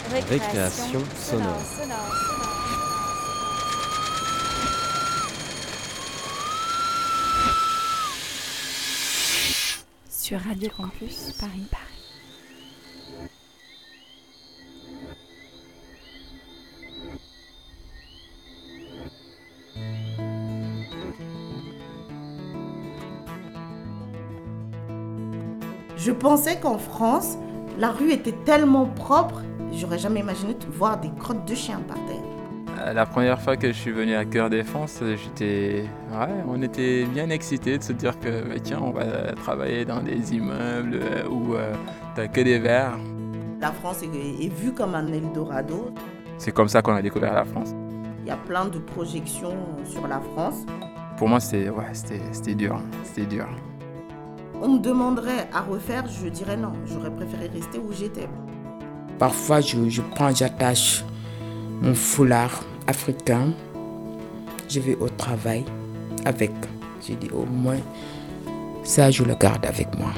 Récréation sonore. Sur Radio Campus Paris. Je pensais qu'en France, la rue était tellement propre, j'aurais jamais imaginé de voir des crottes de chiens par terre. La première fois que je suis venu à Cœur Défense, on était bien excités de se dire que tiens, on va travailler dans des immeubles où t'as que des verres. La France est vue comme un Eldorado. C'est comme ça qu'on a découvert la France. Il y a plein de projections sur la France. Pour moi, c'était dur. On me demanderait à refaire, je dirais non. J'aurais préféré rester où j'étais. Parfois, j'attache mon foulard africain. Je vais au travail avec. Je dis au moins, ça, je le garde avec moi.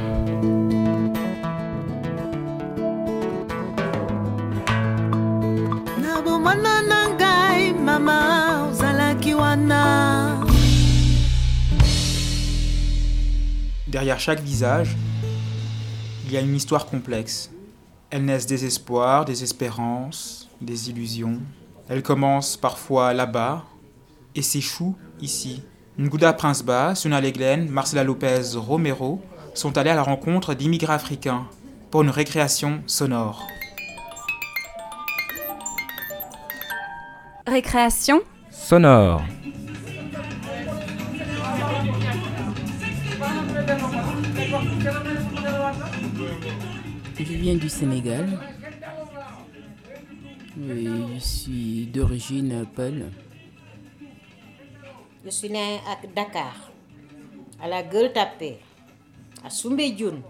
Derrière chaque visage, il y a une histoire complexe. Elles naissent des espoirs, des espérances, des illusions. Elles commencent parfois là-bas et s'échouent ici. Ngouda Prince-Bas, Sunale Glen, Marcela Lopez Romero sont allés à la rencontre d'immigrés africains pour une récréation sonore. Récréation Sonore. Je viens du Sénégal. Je suis d'origine Peul. Je suis née à Dakar, à la Gueule Tapée, à Soumbédioune.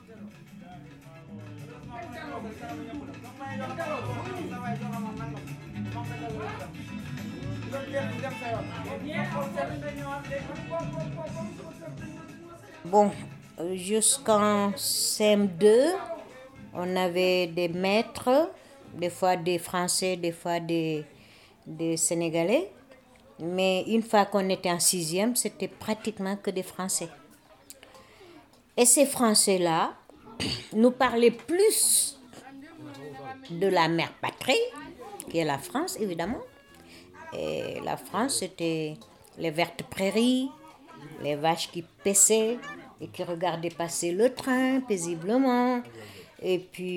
Bon, jusqu'en CM2, on avait des maîtres, des fois des Français, des fois des Sénégalais. Mais une fois qu'on était en 6e, c'était pratiquement que des Français. Et ces Français-là nous parlaient plus de la mère patrie, qui est la France, évidemment. Et la France, c'était les vertes prairies, les vaches qui paissaient et qui regardaient passer le train paisiblement. Et puis,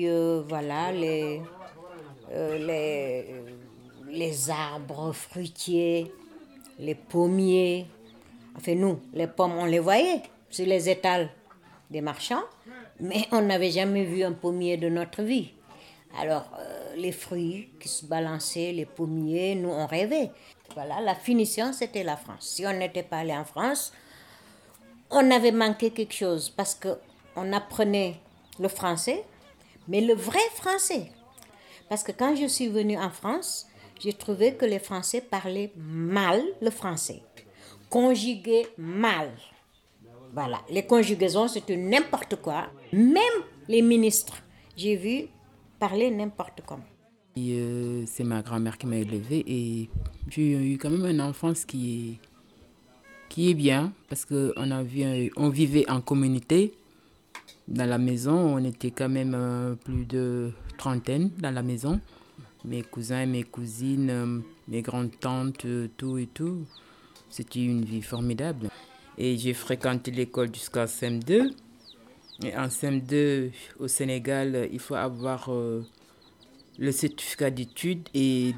les arbres fruitiers, les pommiers. Enfin, nous, les pommes, on les voyait sur les étals des marchands, mais on n'avait jamais vu un pommier de notre vie. Alors, les fruits qui se balançaient, les pommiers, nous, on rêvait. Voilà, la finition, c'était la France. Si on n'était pas allé en France, on avait manqué quelque chose parce qu'on apprenait le français, mais le vrai français. Parce que quand je suis venue en France, j'ai trouvé que les Français parlaient mal le français, conjuguaient mal. Voilà, les conjugaisons, c'était n'importe quoi. Même les ministres, j'ai vu parler n'importe comment. C'est ma grand-mère qui m'a élevée et j'ai eu quand même une enfance qui est bien parce qu'on vivait en communauté. Dans la maison, on était quand même plus de trentaine dans la maison. Mes cousins, mes cousines, mes grandes-tantes, tout et tout. C'était une vie formidable. Et j'ai fréquenté l'école jusqu'à CM2. Et en CM2, au Sénégal, il faut avoir le certificat d'études et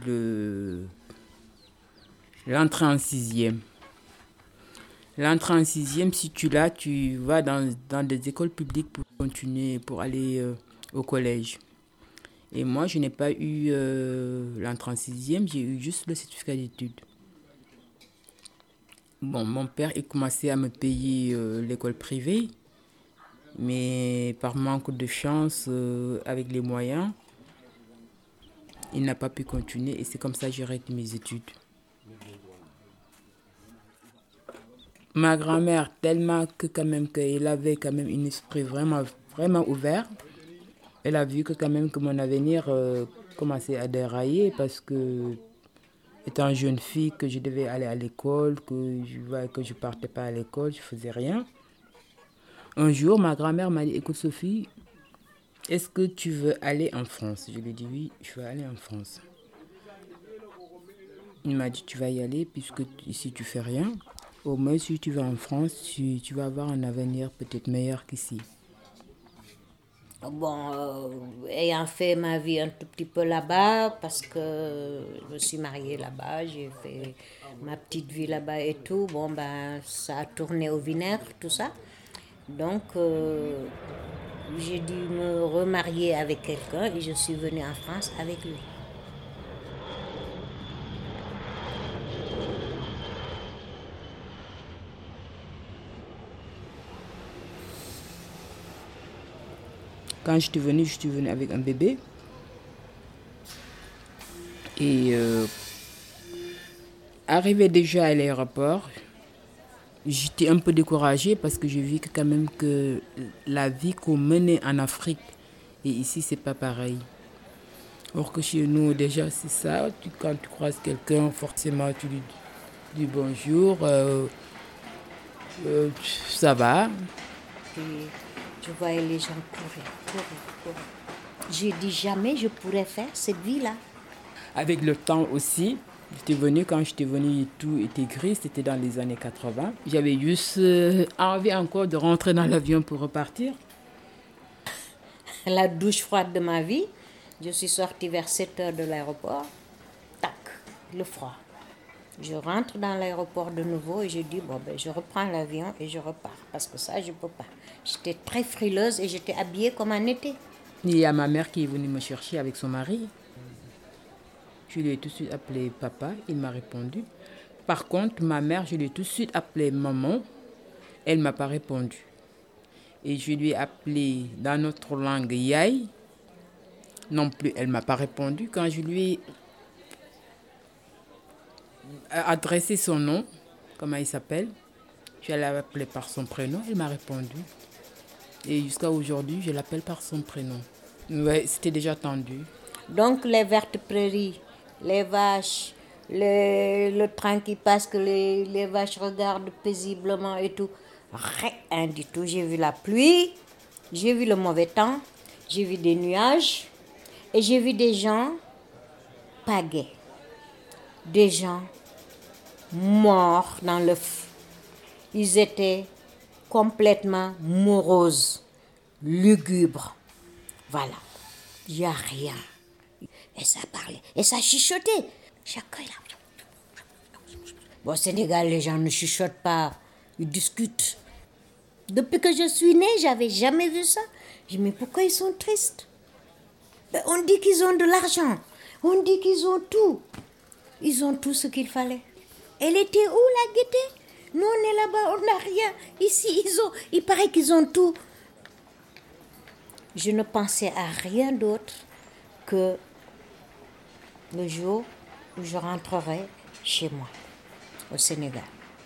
l'entrée en 6e. L'entrée en 6e, si tu l'as, tu vas dans des écoles publiques pour continuer, pour aller au collège. Et moi, je n'ai pas eu l'entrée en 6e, j'ai eu juste le certificat d'études. Bon, mon père a commencé à me payer l'école privée, mais par manque de chance, avec les moyens, il n'a pas pu continuer et c'est comme ça que j'ai arrêté mes études. Ma grand-mère, tellement que quand même qu'elle avait quand même un esprit vraiment, vraiment ouvert, elle a vu que quand même que mon avenir commencé à dérailler parce que, étant jeune fille, que je devais aller à l'école, que je voyais que je partais pas à l'école, je faisais rien. Un jour, ma grand-mère m'a dit, écoute Sophie, est-ce que tu veux aller en France? Je lui ai dit oui, je veux aller en France. Il m'a dit, tu vas y aller puisque ici tu fais rien. Au moins, si tu vas en France, tu vas avoir un avenir peut-être meilleur qu'ici. Bon, ayant fait ma vie un tout petit peu là-bas, parce que je me suis mariée là-bas, j'ai fait ma petite vie là-bas et tout, bon, ben, ça a tourné au vinaigre, tout ça. Donc, j'ai dû me remarier avec quelqu'un et je suis venue en France avec lui. Quand je suis venue avec un bébé. Et arrivé déjà à l'aéroport, j'étais un peu découragée parce que j'ai vu que quand même que la vie qu'on menait en Afrique et ici, c'est pas pareil. Or que chez nous, déjà, c'est ça. Quand tu croises quelqu'un, forcément, tu lui dis bonjour, ça va. Et je voyais les gens courir. J'ai dit jamais je pourrais faire cette vie-là. Avec le temps aussi, quand j'étais venue, tout était gris, c'était dans les années 80. J'avais juste envie encore de rentrer dans l'avion pour repartir. La douche froide de ma vie, je suis sortie vers 7 heures de l'aéroport. Tac, le froid. Je rentre dans l'aéroport de nouveau et je dis, bon, ben, je reprends l'avion et je repars. Parce que ça, je ne peux pas. J'étais très frileuse et j'étais habillée comme en été. Il y a ma mère qui est venue me chercher avec son mari. Je lui ai tout de suite appelé papa, il m'a répondu. Par contre, ma mère, je lui ai tout de suite appelé maman, elle ne m'a pas répondu. Et je lui ai appelé dans notre langue Yaï, non plus, elle ne m'a pas répondu. Quand je lui ai adressé son nom, comment il s'appelle, je l'ai appelé par son prénom, elle m'a répondu. Et jusqu'à aujourd'hui, je l'appelle par son prénom. Ouais, c'était déjà tendu. Donc les vertes prairies, les vaches, le train qui passe, que les vaches regardent paisiblement et tout. Rien du tout. J'ai vu la pluie, j'ai vu le mauvais temps, j'ai vu des nuages et j'ai vu des gens pas gais. Des gens morts dans le feu. Ils étaient complètement moroses, lugubres. Voilà. Il n'y a rien. Et ça parlait. Et ça chuchotait. Chacun là. Bon, au Sénégal, les gens ne chuchotent pas. Ils discutent. Depuis que je suis née, je n'avais jamais vu ça. Je dis, mais pourquoi ils sont tristes? Ben, on dit qu'ils ont de l'argent. On dit qu'ils ont tout. Ils ont tout ce qu'il fallait. Elle était où, la gaieté? Nous, on est là-bas, on n'a rien. Ici, il paraît qu'ils ont tout. Je ne pensais à rien d'autre que le jour où je rentrerai chez moi, au Sénégal.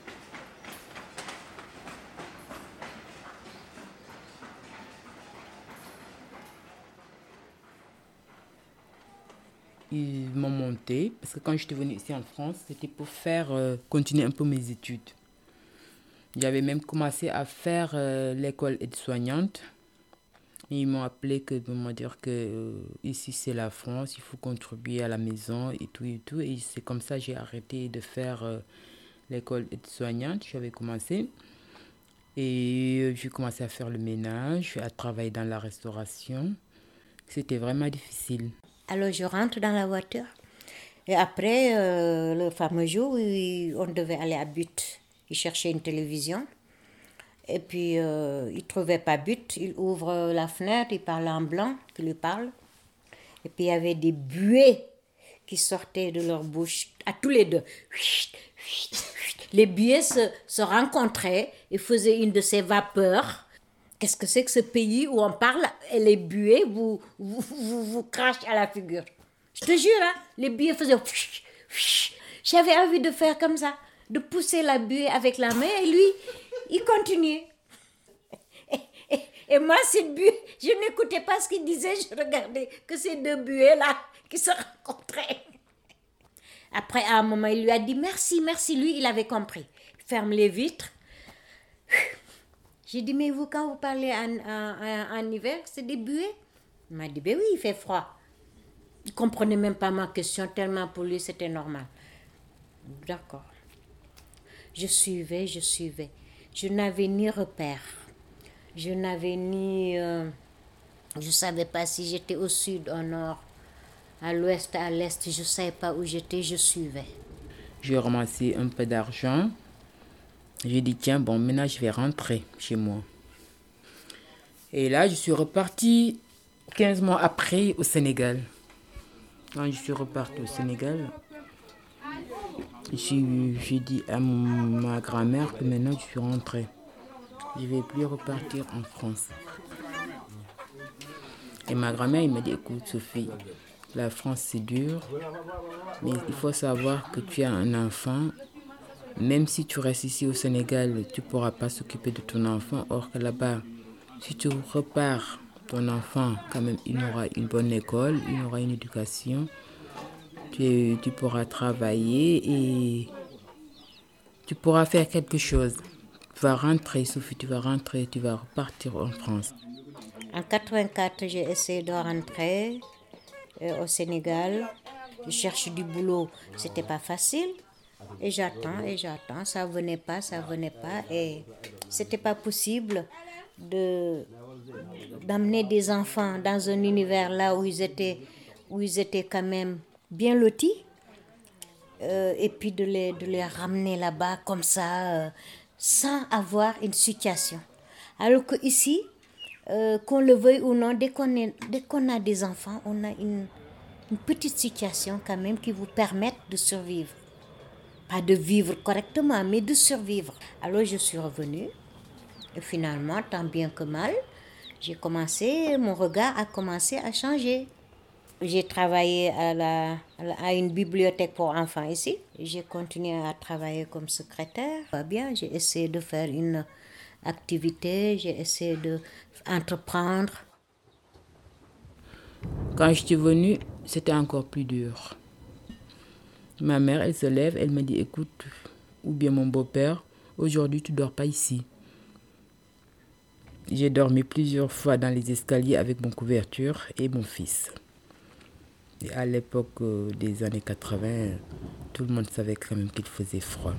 Ils m'ont monté, parce que quand j'étais venue ici en France, c'était pour faire continuer un peu mes études. J'avais même commencé à faire l'école aide-soignante. Ils m'ont appelé pour me dire que ici c'est la France, il faut contribuer à la maison et tout et tout. Et c'est comme ça que j'ai arrêté de faire l'école aide-soignante. J'avais commencé et j'ai commencé à faire le ménage, à travailler dans la restauration. C'était vraiment difficile. Alors je rentre dans la voiture et après le fameux jour où on devait aller à But, il cherchait une télévision. Et puis, il ne trouvait pas But. Il ouvre la fenêtre, il parle en blanc, qui lui parle. Et puis, il y avait des buées qui sortaient de leur bouche, à tous les deux. Les buées se rencontraient et faisaient une de ces vapeurs. Qu'est-ce que c'est que ce pays où on parle et les buées vous crachent à la figure? Je te jure, hein, les buées faisaient... J'avais envie de faire comme ça, de pousser la buée avec la main et lui... Il continuait. Et moi, cette buée, je n'écoutais pas ce qu'il disait, je regardais que ces deux buées-là qui se rencontraient. Après, à un moment, il lui a dit merci, merci. Lui, il avait compris. Il ferme les vitres. J'ai dit, mais vous, quand vous parlez en hiver, c'est des buées? Il m'a dit, ben oui, il fait froid. Il ne comprenait même pas ma question, tellement pour lui, c'était normal. D'accord. Je suivais. Je n'avais ni repère. Je n'avais ni... je ne savais pas si j'étais au sud, au nord, à l'ouest, à l'est. Je ne savais pas où j'étais, je suivais. J'ai ramassé un peu d'argent. J'ai dit, tiens, bon, maintenant je vais rentrer chez moi. Et là, je suis repartie 15 mois après au Sénégal. Quand je suis repartie au Sénégal, j'ai dit à ma grand-mère que maintenant je suis rentrée. Je ne vais plus repartir en France. Et ma grand-mère, elle m'a dit, écoute Sophie, la France c'est dur, mais il faut savoir que tu as un enfant. Même si tu restes ici au Sénégal, tu ne pourras pas s'occuper de ton enfant. Or que là-bas, si tu repars, ton enfant, quand même, il aura une bonne école, il aura une éducation. Tu pourras travailler et tu pourras faire quelque chose. Tu vas rentrer, Sophie, tu vas repartir en France. En 84, j'ai essayé de rentrer au Sénégal. Je cherche du boulot, ce n'était pas facile. Et j'attends, ça venait pas. Et c'était pas possible d'amener des enfants dans un univers là où ils étaient quand même bien lotis. Et puis de les ramener là-bas comme ça, sans avoir une situation. Alors qu'ici, qu'on le veuille ou non, dès qu'on a des enfants, on a une petite situation quand même qui vous permet de survivre. Pas de vivre correctement, mais de survivre. Alors je suis revenue. Et finalement, tant bien que mal, mon regard a commencé à changer. J'ai travaillé à une bibliothèque pour enfants ici. J'ai continué à travailler comme secrétaire. Pas bien, j'ai essayé de faire une activité, j'ai essayé d'entreprendre. Quand je suis venue, c'était encore plus dur. Ma mère, elle se lève, elle me dit, écoute, ou bien mon beau-père, aujourd'hui tu ne dors pas ici. J'ai dormi plusieurs fois dans les escaliers avec mon couverture et mon fils. Et à l'époque des années 80, tout le monde savait quand même qu'il faisait froid.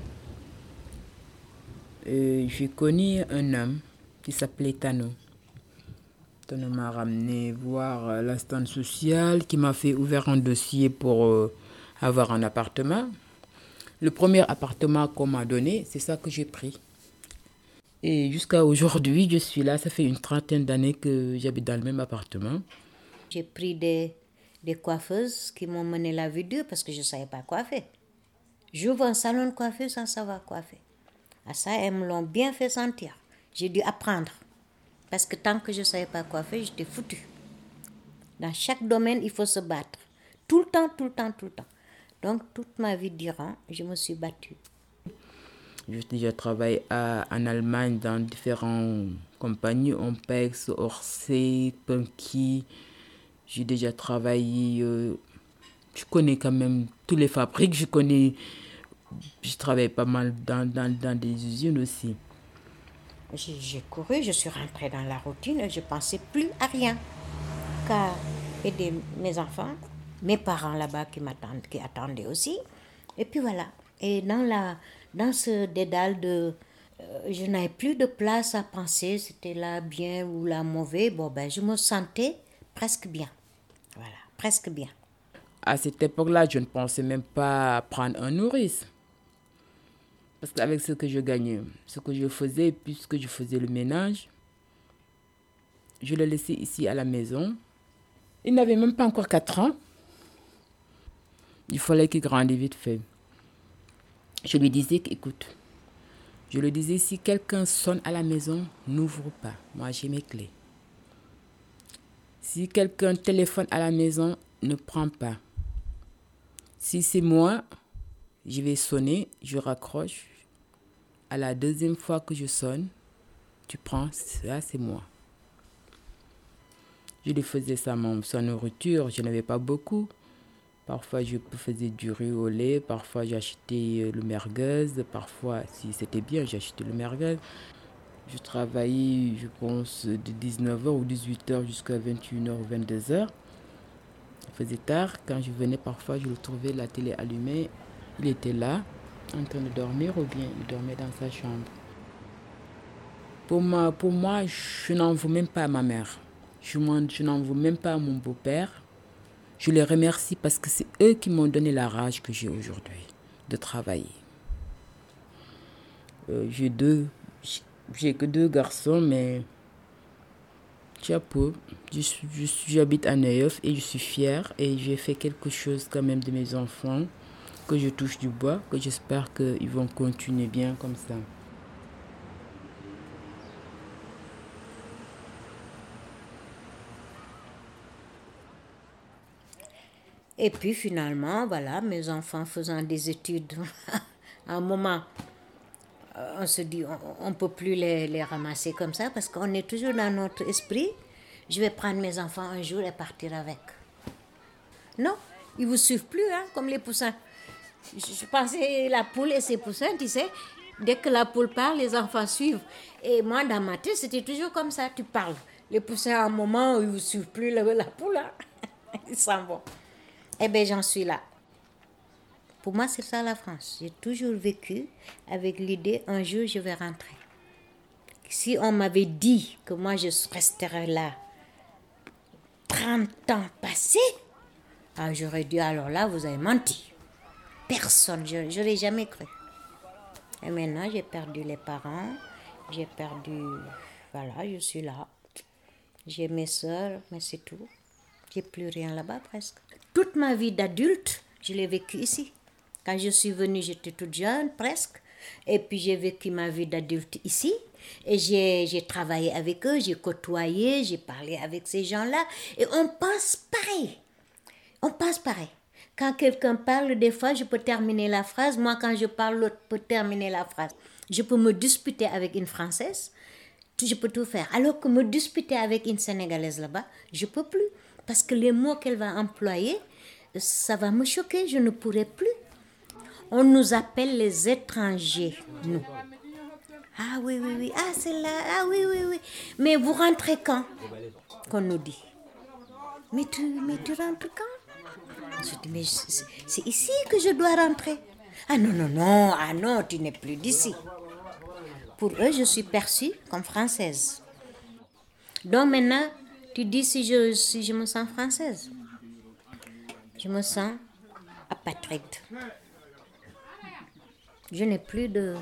J'ai connu un homme qui s'appelait Tano. Tano m'a ramené voir l'instance sociale, qui m'a fait ouvrir un dossier pour avoir un appartement. Le premier appartement qu'on m'a donné, c'est ça que j'ai pris. Et jusqu'à aujourd'hui, je suis là. Ça fait une 30aine d'années que j'habite dans le même appartement. J'ai pris des coiffeuses qui m'ont mené la vie dure parce que je ne savais pas coiffer. J'ouvre un salon de coiffure sans savoir coiffer. À ça, elles me l'ont bien fait sentir. J'ai dû apprendre. Parce que tant que je ne savais pas coiffer, j'étais foutue. Dans chaque domaine, il faut se battre. Tout le temps. Donc, toute ma vie durant, je me suis battue. J'ai déjà travaillé en Allemagne dans différentes compagnies, Ompex, Orsay, Punky. J'ai déjà travaillé, je connais quand même toutes les fabriques, je travaille pas mal dans des usines aussi. J'ai couru, je suis rentrée dans la routine et je ne pensais plus à rien qu'à aider mes enfants, mes parents là-bas qui attendaient aussi. Et puis voilà. Et dans ce dédale je n'avais plus de place à penser, c'était là bien ou là mauvais. Je me sentais presque bien. Voilà, presque bien. À cette époque-là, je ne pensais même pas prendre un nourrice. Parce qu'avec ce que je gagnais, ce que je faisais, puisque je faisais le ménage, je le laissais ici à la maison. Il n'avait même pas encore 4 ans. Il fallait qu'il grandisse vite fait. Je lui disais écoute, si quelqu'un sonne à la maison, n'ouvre pas. Moi, j'ai mes clés. Si quelqu'un téléphone à la maison, ne prends pas. Si c'est moi, je vais sonner, je raccroche. À la deuxième fois que je sonne, tu prends, ça c'est moi. Je lui faisais sa nourriture, je n'avais pas beaucoup. Parfois, je faisais du riz au lait, parfois j'achetais le merguez, parfois, si c'était bien, j'achetais le merguez. Je travaillais, je pense, de 19h ou 18h jusqu'à 21h ou 22h. Il faisait tard. Quand je venais, parfois, je le trouvais la télé allumée. Il était là, en train de dormir, ou bien il dormait dans sa chambre. Pour moi, je n'en veux même pas à ma mère. Je n'en veux même pas à mon beau-père. Je les remercie parce que c'est eux qui m'ont donné la rage que j'ai aujourd'hui de travailler. J'ai que 2 garçons, mais chapeau. J'habite à Neuilly et je suis fière et j'ai fait quelque chose quand même de mes enfants, que je touche du bois, que j'espère qu'ils vont continuer bien comme ça. Et puis finalement, voilà, mes enfants faisant des études, à un moment, on se dit, on ne peut plus les ramasser comme ça parce qu'on est toujours dans notre esprit. Je vais prendre mes enfants un jour et partir avec. Non, ils ne vous suivent plus, hein, comme les poussins. Je pensais la poule et ses poussins, tu sais, dès que la poule parle, les enfants suivent. Et moi, dans ma tête, c'était toujours comme ça, tu parles. Les poussins, à un moment, ils ne vous suivent plus, la poule, hein. Ils s'en vont. Eh bien, j'en suis là. Pour moi, c'est ça la France. J'ai toujours vécu avec l'idée, un jour, je vais rentrer. Si on m'avait dit que moi, je resterais là 30 ans passés, j'aurais dit, alors là, vous avez menti. Personne, je n'aurais jamais cru. Et maintenant, j'ai perdu les parents, j'ai perdu... Voilà, je suis là. J'ai mes sœurs, mais c'est tout. J'ai plus rien là-bas presque. Toute ma vie d'adulte, je l'ai vécue ici. Quand je suis venue, j'étais toute jeune presque. Et puis j'ai vécu ma vie d'adulte ici. Et j'ai travaillé avec eux, j'ai côtoyé, j'ai parlé avec ces gens-là. Et on pense pareil. On pense pareil. Quand quelqu'un parle, des fois, je peux terminer la phrase. Moi, quand je parle, l'autre peut terminer la phrase. Je peux me disputer avec une Française. Je peux tout faire. Alors que me disputer avec une Sénégalaise là-bas, je ne peux plus. Parce que les mots qu'elle va employer, ça va me choquer, je ne pourrai plus. On nous appelle les étrangers, nous. Ah oui, oui, oui, ah c'est là, ah oui, oui, oui. Mais vous rentrez quand? Qu'on nous dit. Mais tu rentres quand? Je dis, mais c'est ici que je dois rentrer. Ah non, non, non, ah non, tu n'es plus d'ici. Pour eux, je suis perçue comme française. Donc maintenant, tu dis si je me sens française. Je me sens apatride. Je n'ai plus de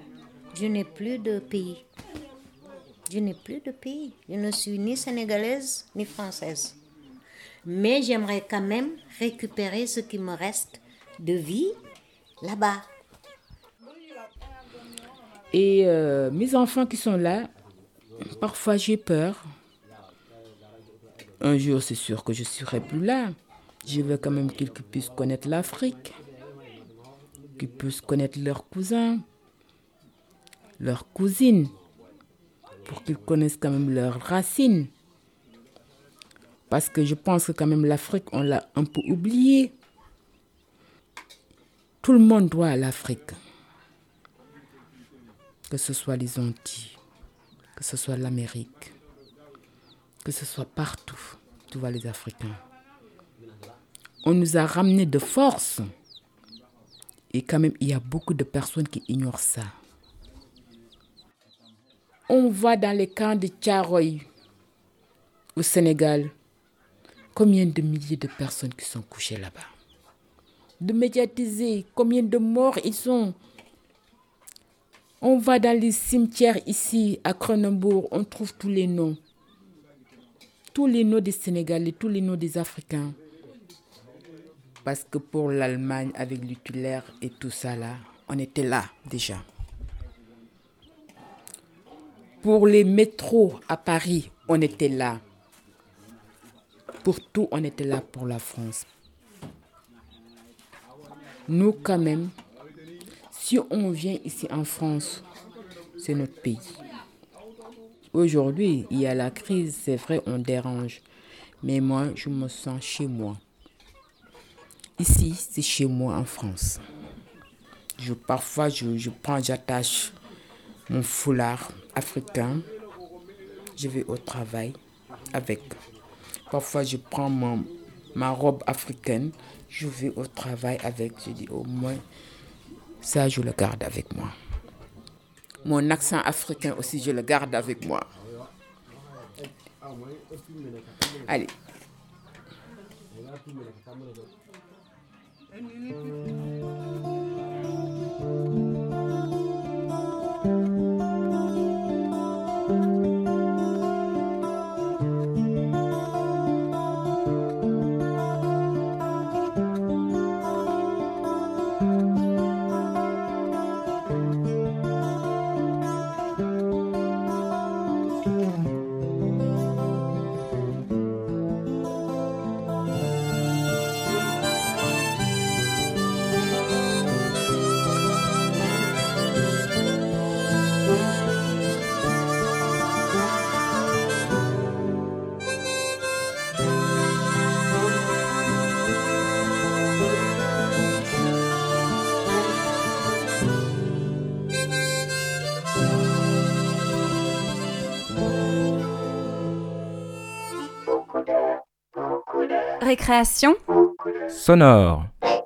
pays. Je n'ai plus de pays. Je ne suis ni sénégalaise ni française. Mais j'aimerais quand même récupérer ce qui me reste de vie là-bas. Et mes enfants qui sont là, parfois j'ai peur. Un jour, c'est sûr que je ne serai plus là. Je veux quand même qu'ils puissent connaître l'Afrique, qu'ils puissent connaître leurs cousins, leurs cousines, pour qu'ils connaissent quand même leurs racines. Parce que je pense que quand même l'Afrique, on l'a un peu oubliée. Tout le monde doit à l'Afrique. Que ce soit les Antilles, que ce soit l'Amérique, que ce soit partout, tu vois les Africains. On nous a ramenés de force. Et quand même, il y a beaucoup de personnes qui ignorent ça. On va dans les camps de Thiaroye, au Sénégal. Combien de milliers de personnes qui sont couchées là-bas? De médiatiser, combien de morts ils sont? On va dans les cimetières ici, à Cronenbourg, on trouve tous les noms. Tous les noms des Sénégalais, tous les noms des Africains. Parce que pour l'Allemagne, avec l'Hitler et tout ça là, on était là déjà. Pour les métros à Paris, on était là. Pour tout, on était là pour la France. Nous, quand même, si on vient ici en France, c'est notre pays. Aujourd'hui, il y a la crise, c'est vrai, on dérange. Mais moi, je me sens chez moi. Ici, c'est chez moi en France. Parfois, j'attache mon foulard africain. Je vais au travail avec. Parfois, je prends ma robe africaine. Je vais au travail avec. Je dis au moins, ça, je le garde avec moi. Mon accent africain aussi, je le garde avec moi. Allez. Récréation sonore.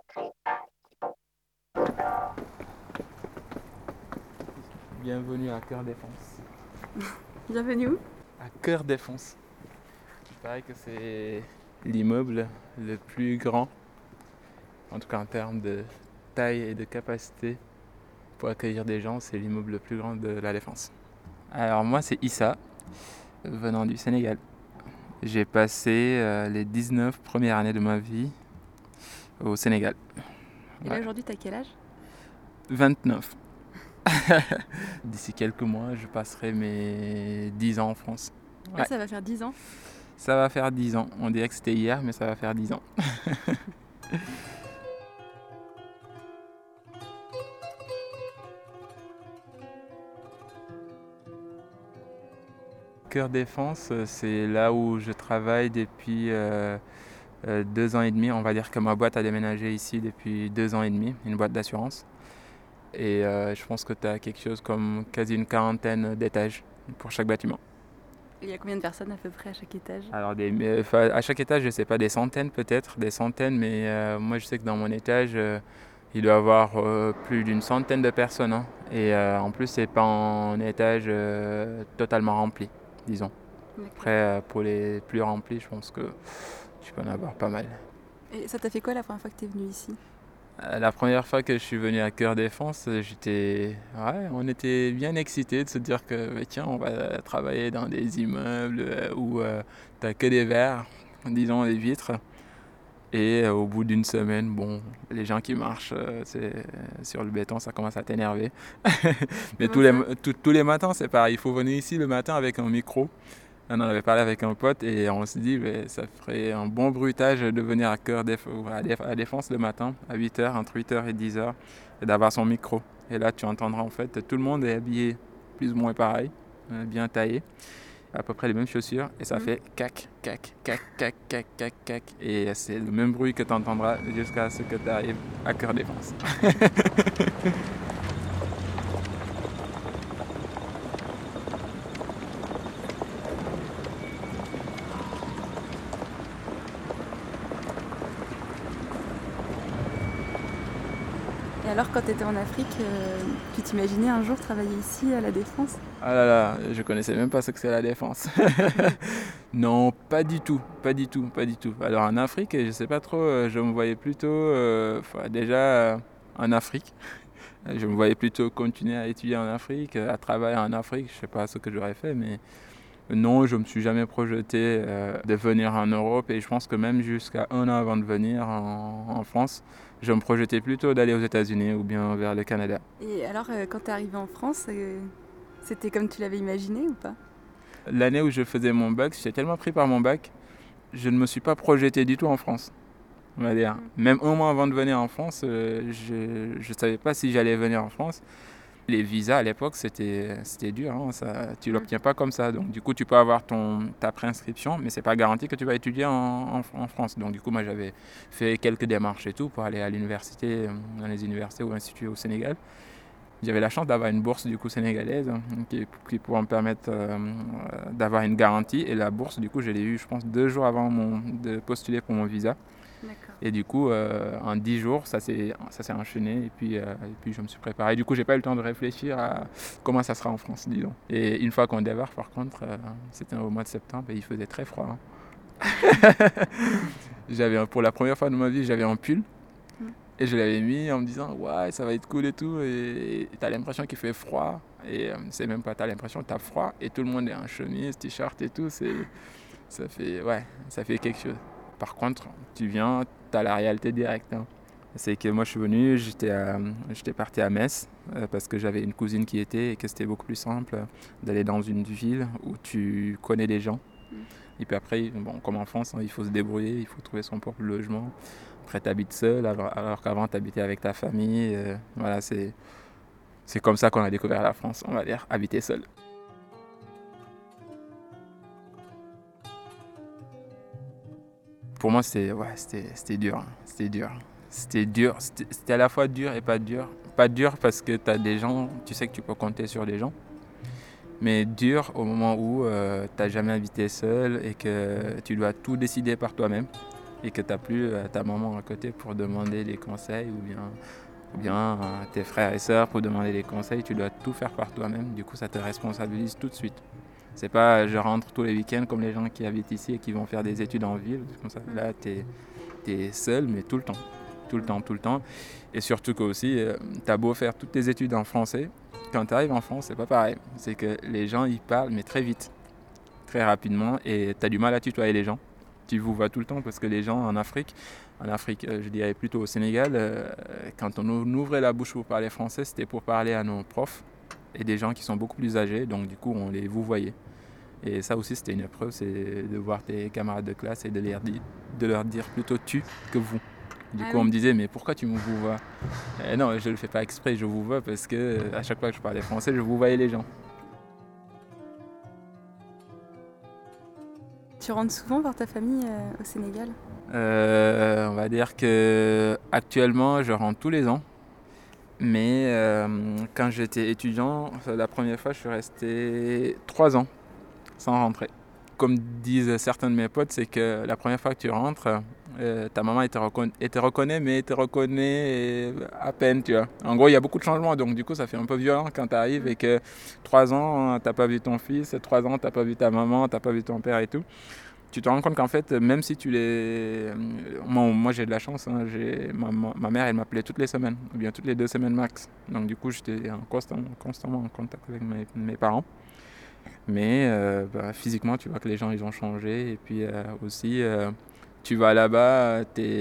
Bienvenue à Cœur Défense. Bienvenue où? À Cœur Défense. Il paraît que c'est l'immeuble le plus grand, en tout cas en termes de taille et de capacité pour accueillir des gens, c'est l'immeuble le plus grand de la Défense. Alors moi c'est Issa, venant du Sénégal. J'ai passé les 19 premières années de ma vie au Sénégal. Et là aujourd'hui, t'as quel âge? 29. D'ici quelques mois, je passerai mes 10 ans en France. Ouais. Ça va faire 10 ans? Ça va faire 10 ans. On dirait que c'était hier, mais ça va faire 10 ans. Cœur Défense, c'est là où je travaille depuis 2 ans et demi. On va dire que ma boîte a déménagé ici depuis 2 ans et demi, une boîte d'assurance. Et je pense que tu as quelque chose comme quasi une quarantaine d'étages pour chaque bâtiment. Il y a combien de personnes à peu près à chaque étage? Alors à chaque étage, je ne sais pas, des centaines peut-être, mais moi je sais que dans mon étage, il doit y avoir plus d'une centaine de personnes. Hein. Et en plus, c'est pas un étage totalement rempli, disons. Après, pour les plus remplis, je pense que tu peux en avoir pas mal. Et ça t'a fait quoi la première fois que tu es venu ici? La première fois que je suis venu à Cœur Défense, on était bien excités de se dire que tiens, on va travailler dans des immeubles où t'as que des verres, disons des vitres. Et au bout d'une semaine, bon, les gens qui marchent sur le béton, ça commence à t'énerver. Mais tous les matins, c'est pareil. Il faut venir ici le matin avec un micro. On en avait parlé avec un pote et on se dit ça ferait un bon bruitage de venir à Cœur à Défense le matin à 8h, entre 8h et 10h et d'avoir son micro. Et là tu entendras en fait tout le monde est habillé plus ou moins pareil, bien taillé, à peu près les mêmes chaussures et ça fait cac, cac, cac, cac, cac, cac, cac. Et c'est le même bruit que tu entendras jusqu'à ce que tu arrives à Cœur Défense. Et alors, quand tu étais en Afrique, tu t'imaginais un jour travailler ici à la Défense? Ah là là, je connaissais même pas ce que c'est la Défense. Non, pas du tout. Alors en Afrique, je sais pas trop, je me voyais plutôt déjà en Afrique. Je me voyais plutôt continuer à étudier en Afrique, à travailler en Afrique. Je sais pas ce que j'aurais fait, mais non, je me suis jamais projeté de venir en Europe et je pense que même jusqu'à 1 an avant de venir en France, je me projetais plutôt d'aller aux États-Unis ou bien vers le Canada. Et alors, quand tu es arrivé en France, c'était comme tu l'avais imaginé ou pas? L'année où je faisais mon bac, j'étais tellement pris par mon bac, je ne me suis pas projeté du tout en France. On va dire. Même 1 mois avant de venir en France, je ne savais pas si j'allais venir en France. Les visas à l'époque, c'était dur, hein, ça, tu ne l'obtiens pas comme ça. Donc du coup, tu peux avoir ta préinscription, mais ce n'est pas garanti que tu vas étudier en France. Donc du coup, moi, j'avais fait quelques démarches et tout pour aller à l'université, dans les universités ou instituts au Sénégal. J'avais la chance d'avoir une bourse du coup sénégalaise qui pourrait me permettre d'avoir une garantie. Et la bourse, du coup, je l'ai eue, je pense, 2 jours avant de postuler pour mon visa. D'accord. Et du coup, en 10 jours, ça s'est enchaîné et puis je me suis préparé. Du coup, j'ai pas eu le temps de réfléchir à comment ça sera en France, disons. Et une fois qu'on débarque, par contre, c'était au mois de septembre et il faisait très froid. Hein. Pour la première fois de ma vie, j'avais un pull et je l'avais mis en me disant ouais, ça va être cool et tout. Et t'as l'impression qu'il fait froid et c'est même pas, t'as l'impression que t'as froid et tout le monde est en chemise, t-shirt et tout. Ça fait quelque chose. Par contre, tu viens, tu as la réalité directe. Hein. C'est que moi, je suis venu, j'étais parti à Metz parce que j'avais une cousine qui était et que c'était beaucoup plus simple d'aller dans une ville où tu connais des gens. Et puis après, bon, comme en France, hein, il faut se débrouiller, il faut trouver son propre logement. Après, tu habites seul alors qu'avant, tu habitais avec ta famille. Voilà, c'est comme ça qu'on a découvert la France, on va dire, habiter seul. Pour moi, c'était dur. Hein. C'était dur. C'était à la fois dur et pas dur. Pas dur parce que tu as des gens, tu sais que tu peux compter sur des gens. Mais dur au moment où tu n'as jamais habité seul et que tu dois tout décider par toi-même. Et que tu n'as plus ta maman à côté pour demander des conseils ou bien tes frères et sœurs pour demander des conseils. Tu dois tout faire par toi-même. Du coup, ça te responsabilise tout de suite. C'est pas je rentre tous les week-ends comme les gens qui habitent ici et qui vont faire des études en ville. Comme ça. Là, tu es seul, mais tout le temps. Tout le temps. Et surtout que aussi, tu as beau faire toutes tes études en français. Quand tu arrives en France, c'est pas pareil. C'est que les gens, ils parlent, mais très vite, très rapidement. Et tu as du mal à tutoyer les gens. Tu vous vois tout le temps parce que les gens en Afrique, je dirais plutôt au Sénégal, quand on ouvrait la bouche pour parler français, c'était pour parler à nos profs et des gens qui sont beaucoup plus âgés. Donc du coup, on les vous voyait. Et ça aussi, c'était une épreuve, c'est de voir tes camarades de classe et de leur dire plutôt tu que vous. Du coup, on me disait, mais pourquoi tu me vous vois ? Non, je ne le fais pas exprès, je vous vois parce que à chaque fois que je parlais français, je vous voyais les gens. Tu rentres souvent voir ta famille au Sénégal ? On va dire que actuellement, je rentre tous les ans. Mais quand j'étais étudiant, la première fois, je suis resté 3 ans sans rentrer. Comme disent certains de mes potes, c'est que la première fois que tu rentres, ta maman elle te reconnaît, mais elle te reconnaît à peine, tu vois. En gros, il y a beaucoup de changements, donc du coup, ça fait un peu violent quand tu arrives et que 3 ans, tu n'as pas vu ton fils, 3 ans, tu n'as pas vu ta maman, tu n'as pas vu ton père et tout. Tu te rends compte qu'en fait, même si tu les... Moi j'ai de la chance, hein, ma mère, elle m'appelait toutes les semaines, ou bien toutes les 2 semaines max. Donc du coup, j'étais constamment en contact avec mes parents. Mais physiquement, tu vois que les gens, ils ont changé. Et puis aussi, tu vas là-bas,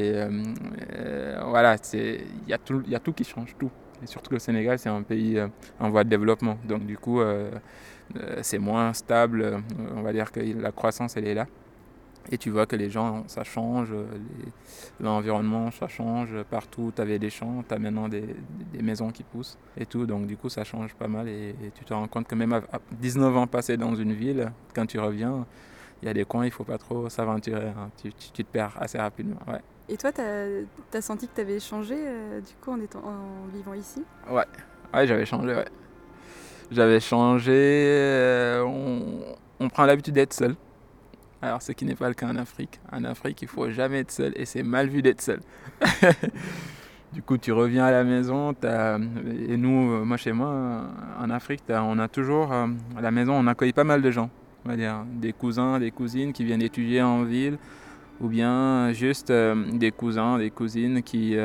voilà, il y a tout qui change, tout. Et surtout que le Sénégal, c'est un pays en voie de développement. Donc du coup, c'est moins stable. On va dire que la croissance, elle est là. Et tu vois que les gens, ça change, l'environnement, ça change. Partout, tu avais des champs, tu as maintenant des maisons qui poussent et tout. Donc du coup, ça change pas mal. Et tu te rends compte que même à 19 ans passés dans une ville, quand tu reviens, il y a des coins, il ne faut pas trop s'aventurer. Hein. Tu te perds assez rapidement. Ouais. Et toi, tu as senti que tu avais changé du coup en vivant ici ? Ouais, j'avais changé. Ouais. J'avais changé. On prend l'habitude d'être seul. Alors, ce qui n'est pas le cas en Afrique. En Afrique, il ne faut jamais être seul et c'est mal vu d'être seul. Du coup, tu reviens à la maison. Et nous, moi, chez moi, en Afrique, on a toujours, à la maison, on accueille pas mal de gens. On va dire des cousins, des cousines qui viennent étudier en ville ou bien juste des cousins, des cousines qui,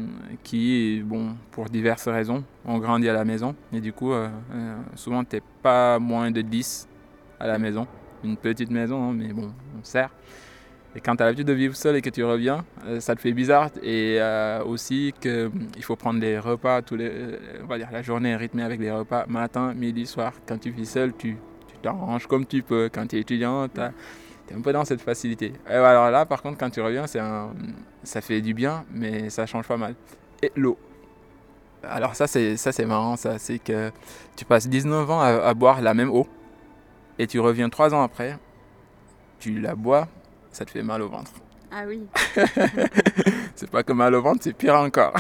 bon, pour diverses raisons, ont grandi à la maison. Et du coup, souvent, tu n'es pas moins de 10 à la maison. Une petite maison, hein, mais bon, on sert. Et quand tu as l'habitude de vivre seul et que tu reviens, ça te fait bizarre. Et aussi qu'il faut prendre des repas, on va dire la journée est rythmée avec des repas matin, midi, soir. Quand tu vis seul, tu t'arranges comme tu peux. Quand tu es étudiant, tu es un peu dans cette facilité. Et alors là, par contre, quand tu reviens, ça fait du bien, mais ça change pas mal. Et l'eau. Alors ça c'est marrant, ça. C'est que tu passes 19 ans à boire la même eau et tu reviens 3 ans après, tu la bois, ça te fait mal au ventre. Ah oui. C'est pas que mal au ventre, c'est pire encore.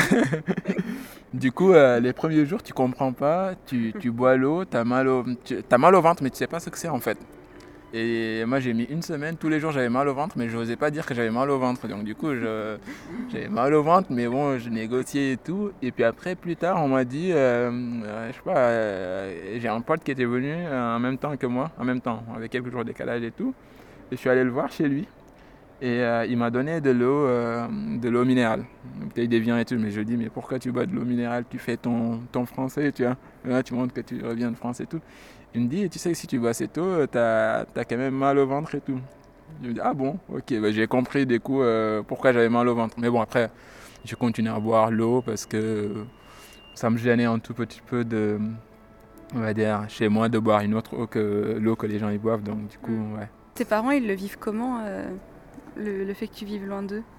Du coup, les premiers jours, tu comprends pas, tu bois l'eau, t'as mal au ventre, mais tu sais pas ce que c'est en fait. Et moi, j'ai mis 1 semaine, tous les jours j'avais mal au ventre, mais je n'osais pas dire que j'avais mal au ventre. Donc du coup, j'avais mal au ventre, mais bon, je négociais et tout. Et puis après, plus tard, on m'a dit, je sais pas, j'ai un pote qui était venu en même temps que moi, en même temps, avec quelques jours de décalage et tout. Et je suis allé le voir chez lui. Et il m'a donné de l'eau minérale, une bouteille d'évian et tout. Mais je dis, mais pourquoi tu bois de l'eau minérale? Tu fais ton français, tu vois. Là, tu montres que tu reviens de France et tout. Il me dit, tu sais que si tu bois cette eau, t'as quand même mal au ventre et tout. Je me dis, ah bon, ok, bah, j'ai compris du coup pourquoi j'avais mal au ventre. Mais bon, après, j'ai continué à boire l'eau parce que ça me gênait un tout petit peu on va dire, chez moi, de boire une autre eau que l'eau que les gens y boivent. Donc du coup, ouais. Tes parents, ils le vivent comment, le fait que tu vives loin d'eux?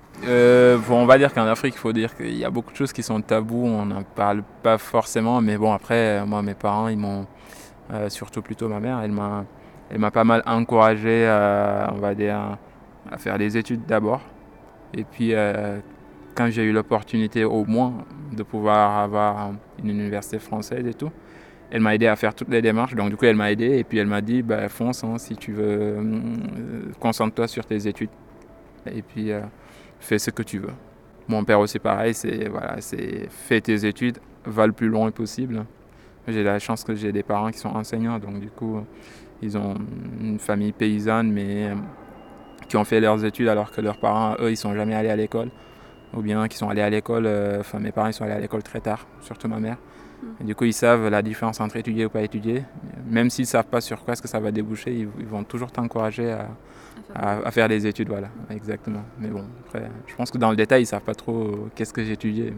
On va dire qu'en Afrique, il faut dire qu'il y a beaucoup de choses qui sont tabous, on n'en parle pas forcément, mais bon, après, moi, mes parents, ils m'ont, surtout plutôt ma mère, elle m'a pas mal encouragé, on va dire, à faire des études d'abord. Et puis, quand j'ai eu l'opportunité au moins de pouvoir avoir une université française et tout, elle m'a aidé à faire toutes les démarches, donc du coup, elle m'a aidé et puis elle m'a dit, bah, fonce, hein, si tu veux, concentre-toi sur tes études. Et puis, fais ce que tu veux. Mon père aussi pareil, c'est fais tes études, va le plus loin possible. J'ai la chance que j'ai des parents qui sont enseignants, donc du coup ils ont une famille paysanne mais qui ont fait leurs études alors que leurs parents, eux, ils sont jamais allés à l'école. Ou bien qui sont allés à l'école, mes parents ils sont allés à l'école très tard, surtout ma mère. Et du coup ils savent la différence entre étudier ou pas étudier. Même s'ils ne savent pas sur quoi est-ce que ça va déboucher, ils vont toujours t'encourager à faire des études, voilà, exactement. Mais bon, après, je pense que dans le détail, ils ne savent pas trop qu'est-ce que j'ai étudié.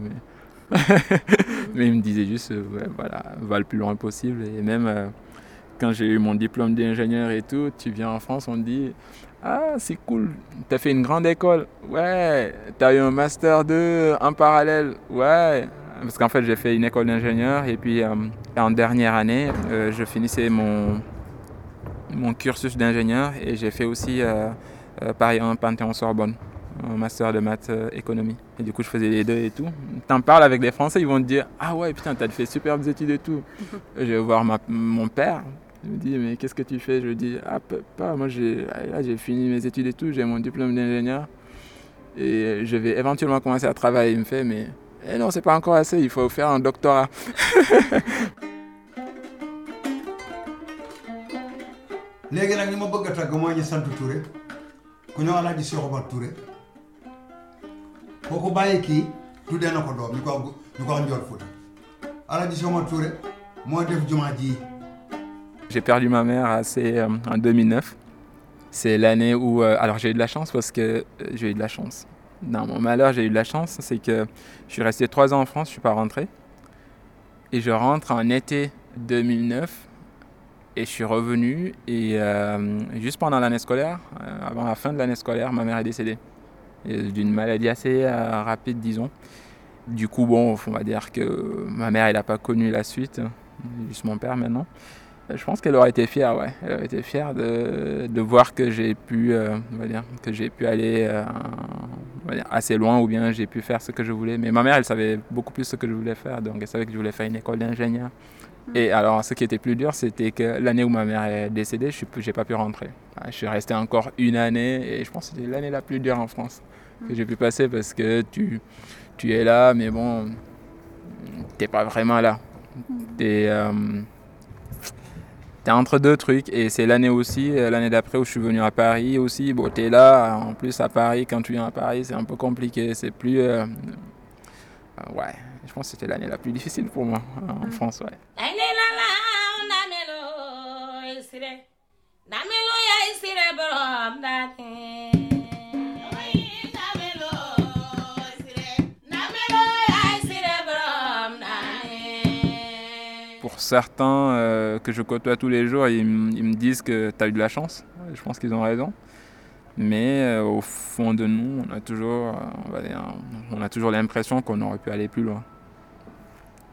Mais ils me disaient juste, ouais, voilà, va le plus loin possible. Et même quand j'ai eu mon diplôme d'ingénieur et tout, tu viens en France, on te dit, ah, c'est cool, t'as fait une grande école, ouais, t'as eu un master 2 en parallèle, ouais. Parce qu'en fait, j'ai fait une école d'ingénieur et puis en dernière année, je finissais mon cursus d'ingénieur et j'ai fait aussi Paris 1 Panthéon-Sorbonne, un master de maths économie. Et du coup, je faisais les deux et tout. T'en parles avec des Français, ils vont te dire, ah ouais, putain, t'as fait superbes études et tout. Je vais voir mon père. Il me dit, mais qu'est-ce que tu fais? Je lui dis, ah, pas, moi j'ai fini mes études et tout, j'ai mon diplôme d'ingénieur et je vais éventuellement commencer à travailler. Il me fait, mais non, c'est pas encore assez, il faut faire un doctorat. léegi nag ñi ma bëgg a tagg mooy ñu sant Touré ku ñëw Alaaji Cheikh Omar Touré kooku bàyyi kii tuddee na ko doom ñu ko wax Njool Fuuta Alaaji Cheikh Omar Touré moo def jumaa ji. J'ai perdu ma mère en 2009. C'est l'année où... alors j'ai eu de la chance parce que j'ai eu de la chance. Dans mon malheur, j'ai eu de la chance, c'est que je suis resté 3 ans en France, je ne suis pas rentré. Et je rentre en été 2009 et je suis revenu. Et juste pendant l'année scolaire, avant la fin de l'année scolaire, ma mère est décédée. D'une maladie assez rapide, disons. Du coup, bon, on va dire que ma mère, elle n'a pas connu la suite, juste mon père maintenant. Je pense qu'elle aurait été fière, ouais. Elle aurait été fière de voir que j'ai pu, on va dire, que j'ai pu aller on va dire, assez loin ou bien j'ai pu faire ce que je voulais. Mais ma mère, elle savait beaucoup plus ce que je voulais faire, donc elle savait que je voulais faire une école d'ingénieur. Et alors, ce qui était plus dur, c'était que l'année où ma mère est décédée, je n'ai pas pu rentrer. Je suis resté encore une année et je pense que c'était l'année la plus dure en France que j'ai pu passer parce que tu es là, mais bon, tu n'es pas vraiment là. T'es entre deux trucs et c'est l'année aussi, l'année d'après où je suis venu à Paris aussi. Bon, t'es là, en plus à Paris, quand tu viens à Paris, c'est un peu compliqué. C'est plus... ouais, je pense que c'était l'année la plus difficile pour moi en France, ouais. Pour certains que je côtoie tous les jours, ils me disent que tu as eu de la chance. Je pense qu'ils ont raison. Mais au fond de nous, on a toujours l'impression qu'on aurait pu aller plus loin.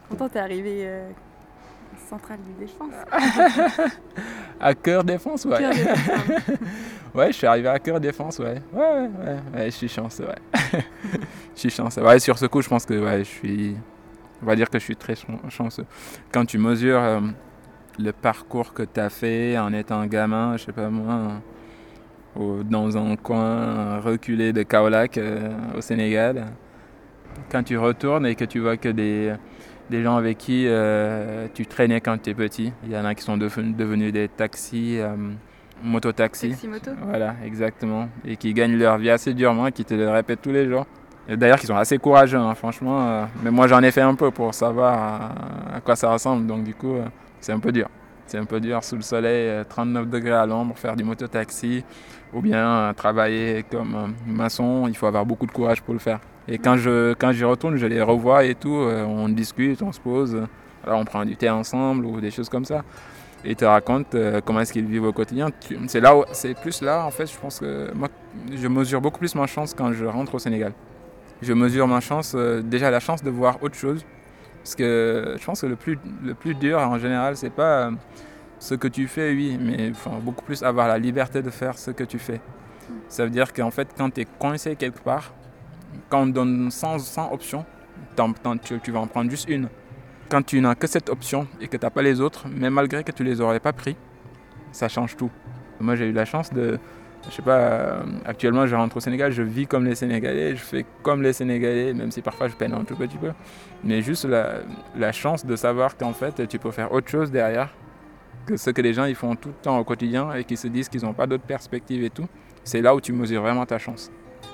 Pourtant, t'es arrivé centrale de défense. À Cœur Défense, ouais. Cœur Défense. Ouais, je suis arrivé à Cœur Défense, ouais. Ouais, je suis chanceux, ouais. Je suis chanceux. Ouais, sur ce coup, je pense que on va dire que je suis très chanceux. Quand tu mesures le parcours que tu as fait en étant gamin, je sais pas moi, dans un coin reculé de Kaolack au Sénégal, quand tu retournes et que tu vois que des gens avec qui tu traînais quand tu étais petit, il y en a qui sont devenus des taxis, mototaxis. Taxi-moto. Voilà, exactement. Et qui gagnent leur vie assez durement, qui te le répètent tous les jours. Et d'ailleurs, qui sont assez courageux, hein, franchement. Mais moi, j'en ai fait un peu pour savoir à quoi ça ressemble. Donc, du coup, c'est un peu dur. C'est un peu dur sous le soleil, 39 degrés à l'ombre, faire du mototaxi. Ou bien travailler comme maçon. Il faut avoir beaucoup de courage pour le faire. Et quand j'y retourne, je les revois et tout. On discute, on se pose. Alors, on prend du thé ensemble ou des choses comme ça. Et ils te racontent comment est-ce qu'ils vivent au quotidien. C'est plus là, en fait, je pense que moi, je mesure beaucoup plus ma chance quand je rentre au Sénégal. Je mesure ma chance, déjà la chance de voir autre chose. Parce que je pense que le plus dur, en général, c'est pas ce que tu fais, oui, mais beaucoup plus avoir la liberté de faire ce que tu fais. Ça veut dire qu'en fait, quand tu es coincé quelque part, quand on donne 100 options, tu vas en prendre juste une. Quand tu n'as que cette option et que tu n'as pas les autres, même malgré que tu ne les aurais pas pris, ça change tout. Moi, j'ai eu la chance je sais pas, actuellement, je rentre au Sénégal, je vis comme les Sénégalais, je fais comme les Sénégalais, même si parfois je peine un tout petit peu. Mais juste la chance de savoir qu'en fait, tu peux faire autre chose derrière que ce que les gens ils font tout le temps au quotidien et qui se disent qu'ils n'ont pas d'autres perspectives et tout. C'est là où tu mesures vraiment ta chance.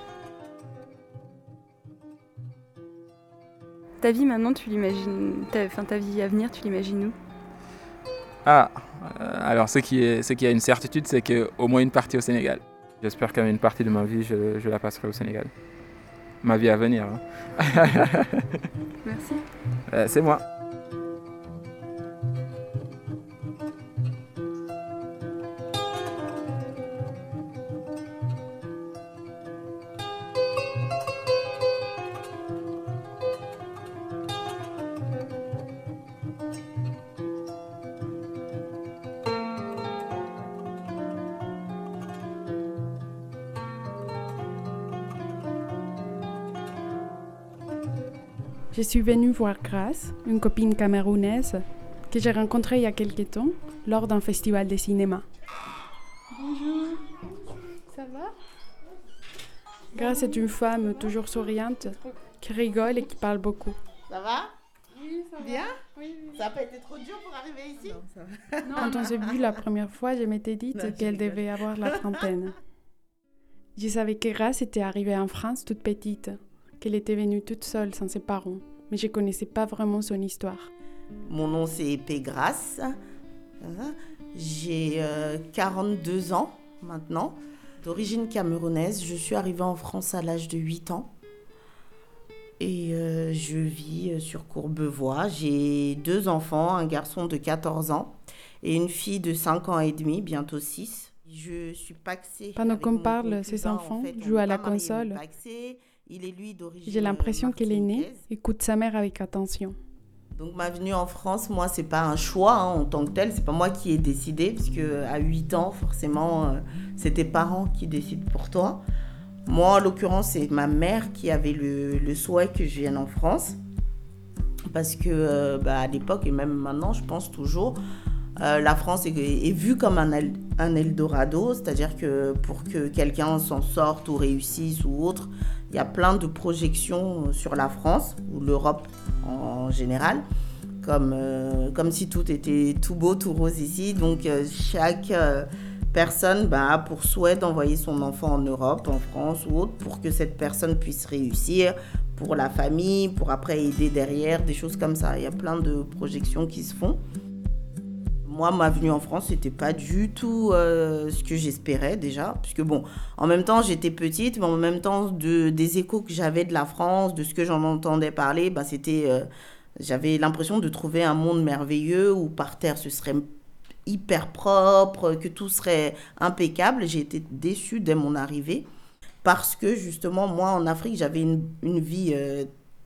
Ta vie maintenant, tu l'imagines, ta vie à venir, tu l'imagines où? Alors ce qui a une certitude, c'est qu'au moins une partie au Sénégal. J'espère qu'une partie de ma vie, je la passerai au Sénégal. Ma vie à venir. Hein. Merci. C'est moi. Je suis venue voir Grace, une copine camerounaise que j'ai rencontrée il y a quelques temps lors d'un festival de cinéma. Bonjour, ça va? Grace est une femme toujours souriante, qui rigole et qui parle beaucoup. Ça va? Oui, ça va. Bien? Oui. Ça n'a pas été trop dur pour arriver ici? Non, ça va. Quand on s'est vu la première fois, je m'étais dit qu'elle devait avoir la trentaine. Je savais que Grace était arrivée en France toute petite, qu'elle était venue toute seule sans ses parents, mais je ne connaissais pas vraiment son histoire. Mon nom c'est Pégrace, j'ai 42 ans maintenant, d'origine camerounaise. Je suis arrivée en France à l'âge de 8 ans et je vis sur Courbevoie. J'ai 2 enfants, un garçon de 14 ans et une fille de 5 ans et demi, bientôt 6. Je suis paxée. Pendant qu'on parle, ses enfants jouent à la console. J'ai l'impression qu'elle est née, écoute sa mère avec attention. Donc ma venue en France, moi, c'est pas un choix en tant que tel, c'est pas moi qui ai décidé, parce qu'à 8 ans, forcément, c'est tes parents qui décident pour toi. Moi, en l'occurrence, c'est ma mère qui avait le souhait que je vienne en France, parce que à l'époque, et même maintenant, je pense toujours, la France est vue comme un Eldorado, c'est-à-dire que pour que quelqu'un s'en sorte ou réussisse ou autre, il y a plein de projections sur la France ou l'Europe en général, comme si tout était tout beau, tout rose ici. Donc chaque personne a pour souhait d'envoyer son enfant en Europe, en France ou autre, pour que cette personne puisse réussir, pour la famille, pour après aider derrière, des choses comme ça. Il y a plein de projections qui se font. Moi, ma venue en France, c'était pas du tout ce que j'espérais déjà. Puisque bon, en même temps, j'étais petite, mais en même temps, des échos que j'avais de la France, de ce que j'en entendais parler, j'avais l'impression de trouver un monde merveilleux où par terre, ce serait hyper propre, que tout serait impeccable. J'ai été déçue dès mon arrivée. Parce que justement, moi, en Afrique, j'avais une vie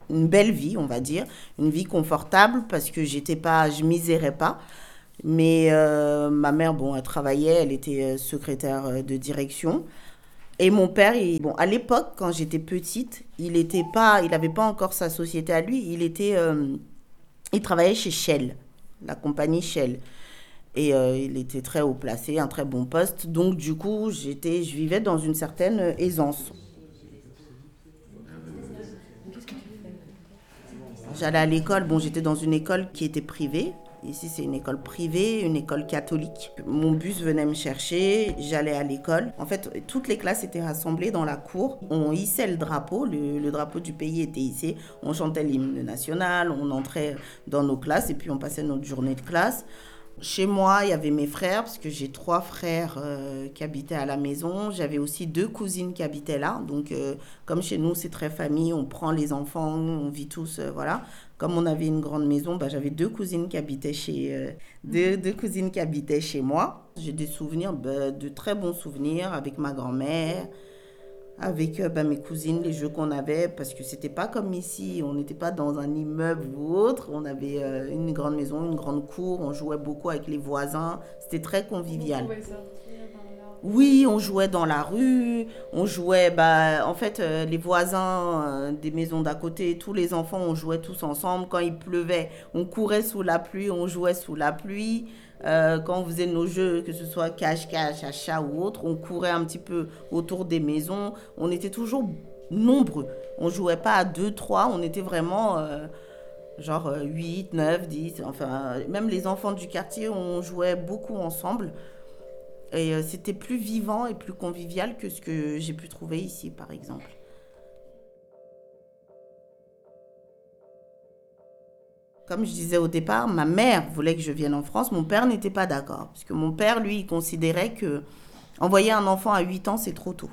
une belle vie, on va dire, une vie confortable parce que je misérais pas. Mais ma mère, bon, elle travaillait, elle était secrétaire de direction. Et mon père, à l'époque, quand j'étais petite, il n'avait pas encore sa société à lui. Il travaillait chez Shell, la compagnie Shell. Et il était très haut placé, un très bon poste. Donc, du coup, je vivais dans une certaine aisance. J'allais à l'école. Bon, j'étais dans une école qui était privée. Ici, c'est une école privée, une école catholique. Mon bus venait me chercher, j'allais à l'école. En fait, toutes les classes étaient rassemblées dans la cour. On hissait le drapeau, le drapeau du pays était hissé. On chantait l'hymne national, on entrait dans nos classes et puis on passait notre journée de classe. Chez moi, il y avait mes frères, parce que j'ai 3 frères qui habitaient à la maison. J'avais aussi 2 cousines qui habitaient là. Donc, comme chez nous, c'est très famille, on prend les enfants, on vit tous, voilà. Comme on avait une grande maison, j'avais 2 cousines qui habitaient deux cousines qui habitaient chez moi. J'ai des souvenirs, de très bons souvenirs avec ma grand-mère, avec mes cousines, les jeux qu'on avait, parce que c'était pas comme ici, on n'était pas dans un immeuble ou autre, on avait une grande maison, une grande cour, on jouait beaucoup avec les voisins, c'était très convivial. Oui, on jouait dans la rue, on jouait, en fait, les voisins des maisons d'à côté, tous les enfants, on jouait tous ensemble. Quand il pleuvait, on courait sous la pluie, on jouait sous la pluie. Quand on faisait nos jeux, que ce soit cache-cache, à chat ou autre, on courait un petit peu autour des maisons. On était toujours nombreux. On ne jouait pas à 2, 3, on était vraiment genre 8, 9, 10. Enfin, même les enfants du quartier, on jouait beaucoup ensemble. Et c'était plus vivant et plus convivial que ce que j'ai pu trouver ici, par exemple. Comme je disais au départ, ma mère voulait que je vienne en France. Mon père n'était pas d'accord. Parce que mon père, lui, il considérait que envoyer un enfant à 8 ans, c'est trop tôt.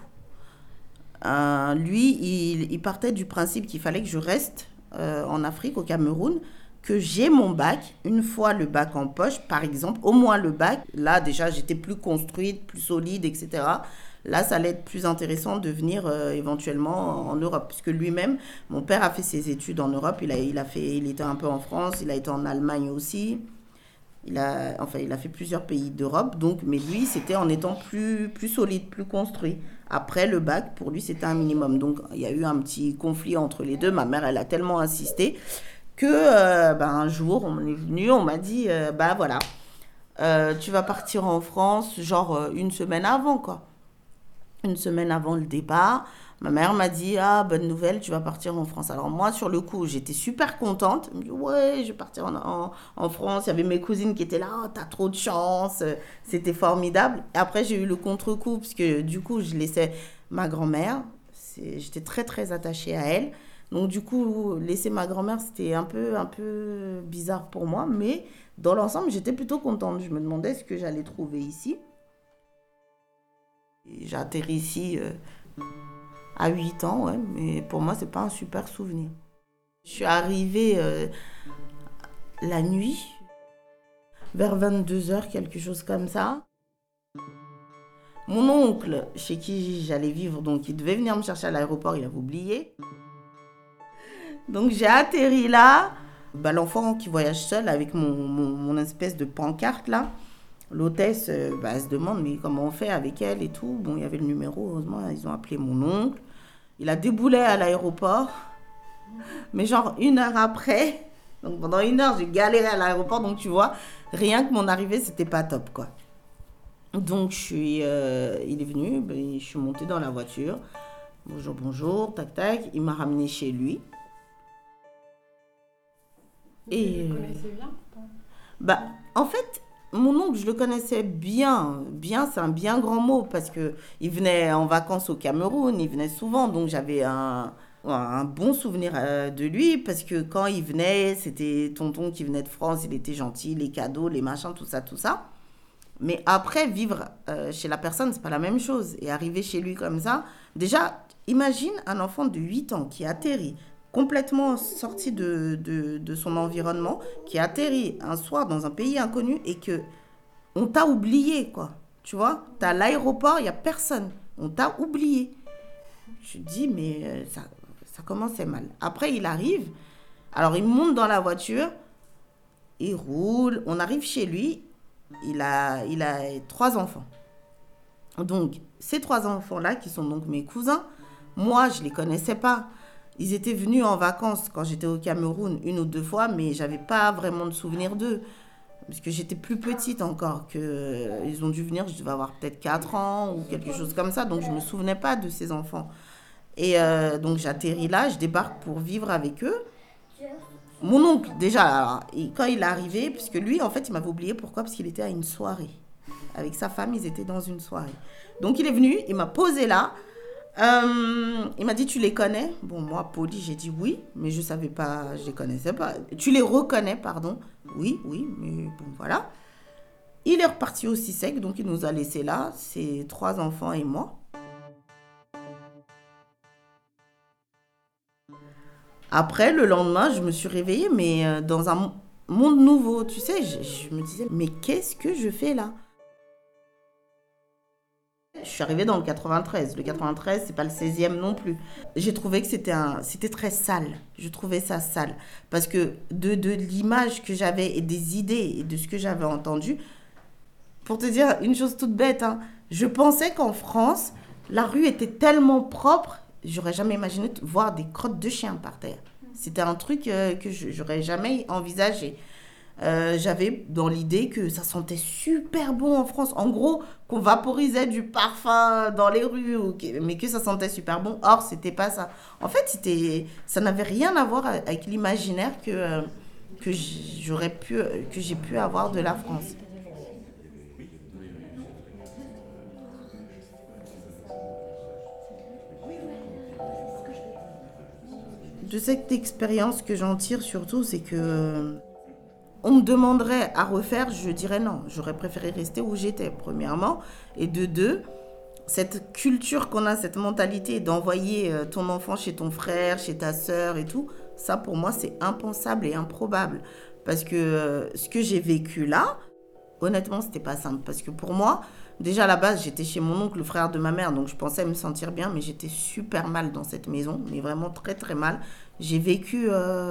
Lui, il partait du principe qu'il fallait que je reste en Afrique, au Cameroun, que j'ai mon bac, une fois le bac en poche, par exemple, au moins le bac. Là, déjà, j'étais plus construite, plus solide, etc. Là, ça allait être plus intéressant de venir éventuellement en Europe. Puisque lui-même, mon père a fait ses études en Europe. Il était un peu en France, il a été en Allemagne aussi. Il a fait plusieurs pays d'Europe. Donc, mais lui, c'était en étant plus solide, plus construit. Après le bac, pour lui, c'était un minimum. Donc, il y a eu un petit conflit entre les deux. Ma mère, elle a tellement insisté que un jour, on est venu, on m'a dit, voilà, tu vas partir en France, genre une semaine avant, quoi. Une semaine avant le départ, ma mère m'a dit, bonne nouvelle, tu vas partir en France. Alors moi, sur le coup, j'étais super contente. Je me dis, ouais, je vais partir en France. Il y avait mes cousines qui étaient là, t'as trop de chance, c'était formidable. Et après, j'ai eu le contre-coup, parce que du coup, je laissais ma grand-mère. J'étais très, très attachée à elle. Donc du coup, laisser ma grand-mère, c'était un peu bizarre pour moi. Mais dans l'ensemble, j'étais plutôt contente. Je me demandais ce que j'allais trouver ici. Et j'ai atterri ici à 8 ans, ouais, mais pour moi, c'est pas un super souvenir. Je suis arrivée la nuit, vers 22h, quelque chose comme ça. Mon oncle, chez qui j'allais vivre, donc il devait venir me chercher à l'aéroport, il avait oublié. Donc j'ai atterri là, l'enfant qui voyage seul avec mon espèce de pancarte là. L'hôtesse, elle se demande mais comment on fait avec elle et tout. Bon, il y avait le numéro, heureusement, ils ont appelé mon oncle. Il a déboulé à l'aéroport, mais genre 1 heure après. Donc pendant 1 heure, j'ai galéré à l'aéroport, donc tu vois, rien que mon arrivée, c'était pas top, quoi. Donc il est venu, je suis montée dans la voiture. Bonjour, tac, tac. Il m'a ramenée chez lui. Et vous le connaissez bien? En fait, mon oncle, je le connaissais bien. Bien, c'est un bien grand mot parce qu'il venait en vacances au Cameroun, il venait souvent. Donc, j'avais un bon souvenir de lui parce que quand il venait, c'était tonton qui venait de France, il était gentil, les cadeaux, les machins, tout ça, tout ça. Mais après, vivre chez la personne, c'est pas la même chose. Et arriver chez lui comme ça, déjà, imagine un enfant de 8 ans qui atterrit complètement sorti de son environnement, qui atterrit un soir dans un pays inconnu et que on t'a oublié, quoi. Tu vois, t'as l'aéroport, il n'y a personne. On t'a oublié. Je dis, mais ça Ça commençait mal. Après, il arrive. Alors, il monte dans la voiture. Il roule. On arrive chez lui. Il a 3 enfants. Donc, ces 3 enfants-là, qui sont donc mes cousins, moi, je ne les connaissais pas. Ils étaient venus en vacances quand j'étais au Cameroun 1 ou 2 fois, mais je n'avais pas vraiment de souvenir d'eux. Parce que j'étais plus petite encore. Ils ont dû venir, je devais avoir peut-être 4 ans ou quelque chose comme ça. Donc, je ne me souvenais pas de ces enfants. Et donc, j'atterris là, je débarque pour vivre avec eux. Mon oncle, déjà, alors, quand il est arrivé, puisque lui, en fait, il m'avait oublié. Pourquoi ? Parce qu'il était à une soirée. Avec sa femme, ils étaient dans une soirée. Donc, il est venu, il m'a posé là. Il m'a dit, tu les connais ? Bon, moi, poli, j'ai dit oui, mais je ne savais pas, je ne les connaissais pas. Tu les reconnais, pardon ? Oui, mais bon, voilà. Il est reparti aussi sec, donc il nous a laissés là, ses 3 enfants et moi. Après, le lendemain, je me suis réveillée, mais dans un monde nouveau, tu sais, je me disais, mais qu'est-ce que je fais là ? Je suis arrivée dans le 93. Le 93, c'est pas le 16e non plus. J'ai trouvé que c'était très sale. Je trouvais ça sale. Parce que de l'image que j'avais et des idées et de ce que j'avais entendu, pour te dire une chose toute bête, hein, je pensais qu'en France, la rue était tellement propre, j'aurais jamais imaginé voir des crottes de chiens par terre. C'était un truc que j'aurais jamais envisagé. J'avais dans l'idée que ça sentait super bon en France. En gros, qu'on vaporisait du parfum dans les rues, mais que ça sentait super bon. Or, c'était pas ça. En fait, ça n'avait rien à voir avec l'imaginaire que j'ai pu avoir de la France. De cette expérience que j'en tire surtout, c'est que on me demanderait à refaire, je dirais non. J'aurais préféré rester où j'étais, premièrement. Et de 2, cette culture qu'on a, cette mentalité d'envoyer ton enfant chez ton frère, chez ta sœur et tout, ça pour moi c'est impensable et improbable. Parce que ce que j'ai vécu là, honnêtement c'était pas simple. Parce que pour moi, déjà à la base j'étais chez mon oncle, le frère de ma mère, donc je pensais me sentir bien, mais j'étais super mal dans cette maison, mais vraiment très très mal. J'ai vécu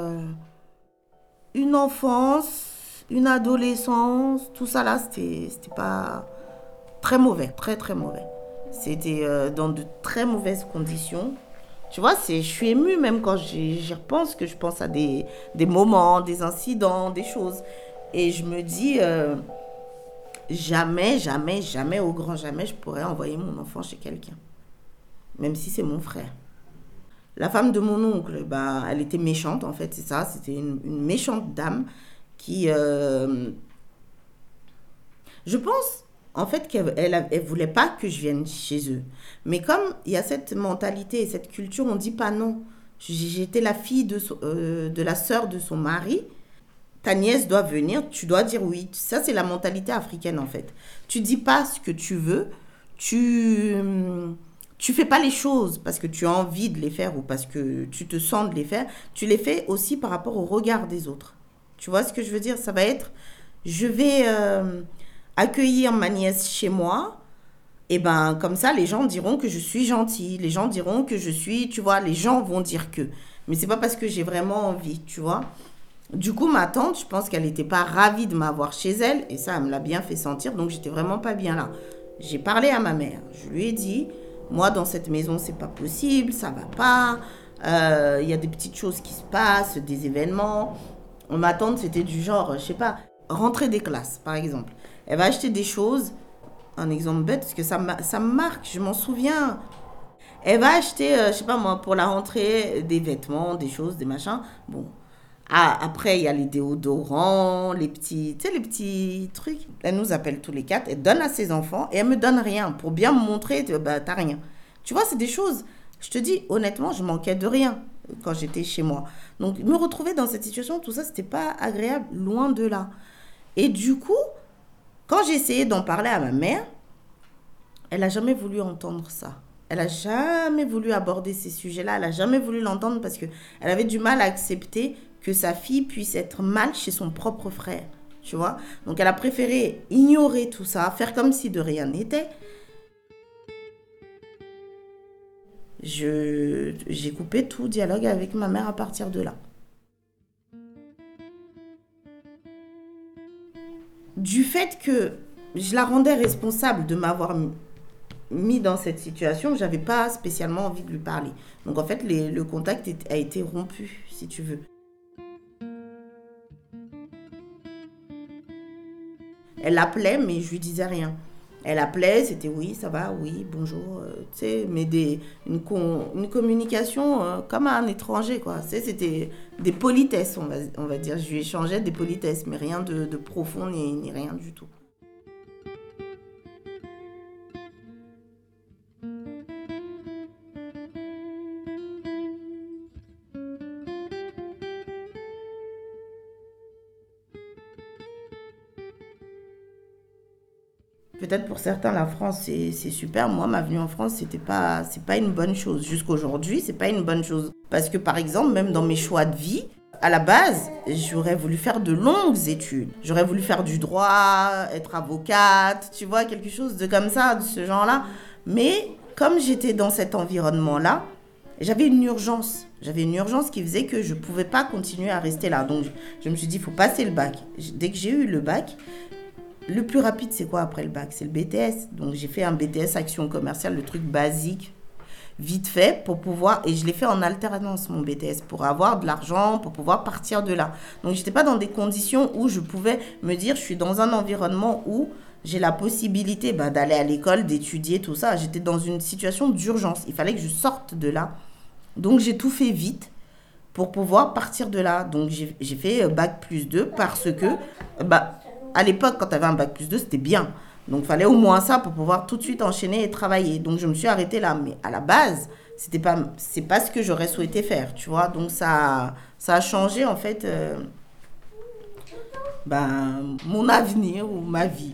une enfance, une adolescence, tout ça là, c'était pas très mauvais, très très mauvais. C'était dans de très mauvaises conditions. Tu vois, je suis émue même quand j'y repense, que je pense à des moments, des incidents, des choses. Et je me dis, jamais, jamais, jamais, au grand jamais, je pourrais envoyer mon enfant chez quelqu'un. Même si c'est mon frère. La femme de mon oncle, elle était méchante en fait, c'est ça. C'était une méchante dame qui... je pense en fait qu'elle voulait pas que je vienne chez eux. Mais comme il y a cette mentalité et cette culture, on dit pas non. J'étais la fille de la sœur de son mari. Ta nièce doit venir, tu dois dire oui. Ça, c'est la mentalité africaine en fait. Tu dis pas ce que tu veux, tu fais pas les choses parce que tu as envie de les faire ou parce que tu te sens de les faire. Tu les fais aussi par rapport au regard des autres. Tu vois ce que je veux dire ? Ça va être, je vais accueillir ma nièce chez moi. Et comme ça, les gens diront que je suis gentille. Les gens diront que je suis, tu vois, les gens vont dire que. Mais c'est pas parce que j'ai vraiment envie, tu vois. Du coup, ma tante, je pense qu'elle n'était pas ravie de m'avoir chez elle. Et ça, elle me l'a bien fait sentir. Donc, j'étais vraiment pas bien là. J'ai parlé à ma mère. Je lui ai dit... Moi, dans cette maison, c'est pas possible, ça va pas. Y a des petites choses qui se passent, des événements. Ma tante, c'était du genre, je sais pas, rentrée des classes, par exemple. Elle va acheter des choses, un exemple bête, parce que ça me marque, je m'en souviens. Elle va acheter, je sais pas moi, pour la rentrée, des vêtements, des choses, des machins. Bon. Après, il y a les déodorants, les petits trucs. Elle nous appelle tous les 4, elle donne à ses enfants et elle me donne rien pour bien me montrer, t'as rien. Tu vois, c'est des choses, je te dis, honnêtement, je manquais de rien quand j'étais chez moi. Donc, me retrouver dans cette situation, tout ça, c'était pas agréable, loin de là. Et du coup, quand j'ai essayé d'en parler à ma mère, elle a jamais voulu entendre ça. Elle a jamais voulu aborder ces sujets-là, elle a jamais voulu l'entendre parce qu'elle avait du mal à accepter que sa fille puisse être mal chez son propre frère, tu vois. Donc, elle a préféré ignorer tout ça, faire comme si de rien n'était. J'ai coupé tout dialogue avec ma mère à partir de là. Du fait que je la rendais responsable de m'avoir mis dans cette situation, j'avais pas spécialement envie de lui parler. Donc en fait, le contact a été rompu, si tu veux. Elle appelait, mais je lui disais rien. Elle appelait, c'était oui, ça va, oui, bonjour, tu sais, mais une communication comme un étranger, quoi. Tu sais, c'était des politesses, on va dire. Je lui échangeais des politesses, mais rien de profond ni rien du tout. Peut-être pour certains, la France, c'est super. Moi, ma venue en France, c'est pas une bonne chose. Jusqu'aujourd'hui, c'est pas une bonne chose. Parce que, par exemple, même dans mes choix de vie, à la base, j'aurais voulu faire de longues études. J'aurais voulu faire du droit, être avocate, tu vois, quelque chose de comme ça, de ce genre-là. Mais comme j'étais dans cet environnement-là, j'avais une urgence. J'avais une urgence qui faisait que je ne pouvais pas continuer à rester là. Donc, je me suis dit, il faut passer le bac. Dès que j'ai eu le bac, le plus rapide, c'est quoi après le bac? C'est le BTS. Donc, j'ai fait un BTS Action Commerciale, le truc basique, vite fait, pour pouvoir... Et je l'ai fait en alternance, mon BTS, pour avoir de l'argent, pour pouvoir partir de là. Donc, je n'étais pas dans des conditions où je pouvais me dire, je suis dans un environnement où j'ai la possibilité d'aller à l'école, d'étudier, tout ça. J'étais dans une situation d'urgence. Il fallait que je sorte de là. Donc, j'ai tout fait vite pour pouvoir partir de là. Donc, j'ai fait bac plus 2 parce que... à l'époque, quand tu avais un bac plus 2, c'était bien. Donc, il fallait au moins ça pour pouvoir tout de suite enchaîner et travailler. Donc, je me suis arrêtée là. Mais à la base, c'est pas ce que j'aurais souhaité faire, tu vois. Donc, ça a changé, en fait, mon avenir ou ma vie.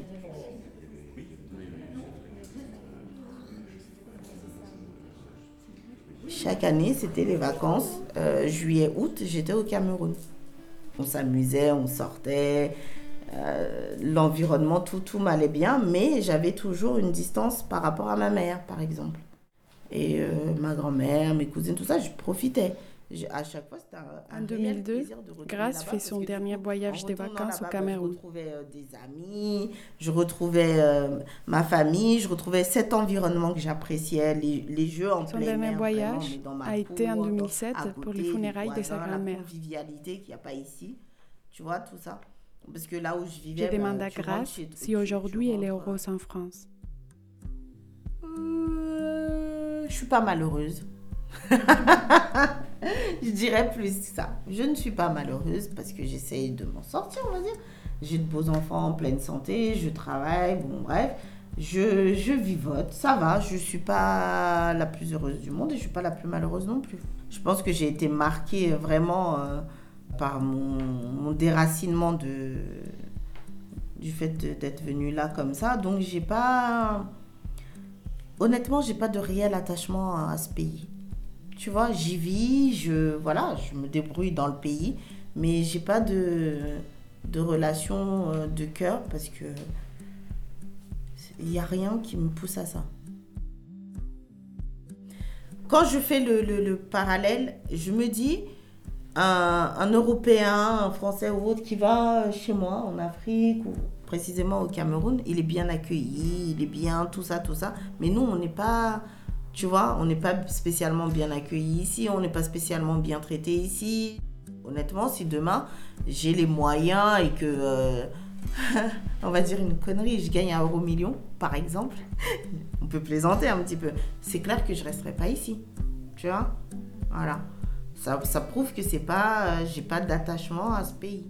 Chaque année, c'était les vacances. Juillet, août, j'étais au Cameroun. On s'amusait, on sortait... l'environnement, tout m'allait bien, mais j'avais toujours une distance par rapport à ma mère, par exemple. Et ma grand-mère, mes cousines, tout ça, je profitais. À chaque fois, c'était un En 2002, Grace fait son dernier voyage de vacances au Cameroun. Je retrouvais des amis, je retrouvais ma famille, je retrouvais cet environnement que j'appréciais, les jeux en plein air. Son dernier voyage a été en 2007 pour les funérailles de sa grand-mère. La convivialité qu'il n'y a pas ici, tu vois, tout ça. Parce que là où je vivais... Je demande à Grace si aujourd'hui elle est heureuse en France. Je suis pas malheureuse. Je dirais plus ça. Je ne suis pas malheureuse parce que j'essaye de m'en sortir, on va dire. J'ai de beaux enfants en pleine santé, je travaille, bon bref. Je vivote, ça va. Je ne suis pas la plus heureuse du monde et je ne suis pas la plus malheureuse non plus. Je pense que j'ai été marquée vraiment... par mon déracinement du fait d'être venue là comme ça. Donc, honnêtement, j'ai pas de réel attachement à ce pays. Tu vois, j'y vis, je me débrouille dans le pays, mais j'ai pas de relation de cœur parce que il y a rien qui me pousse à ça. Quand je fais le parallèle, je me dis... Un Européen, un Français ou autre qui va chez moi en Afrique ou précisément au Cameroun, il est bien accueilli, il est bien tout ça. Mais nous, on n'est pas, tu vois, on n'est pas spécialement bien accueilli ici, on n'est pas spécialement bien traité ici. Honnêtement, si demain, j'ai les moyens et que, on va dire une connerie, je gagne 1 euro-million, par exemple, on peut plaisanter un petit peu. C'est clair que je ne resterai pas ici, tu vois, voilà. Ça prouve que j'ai pas d'attachement à ce pays.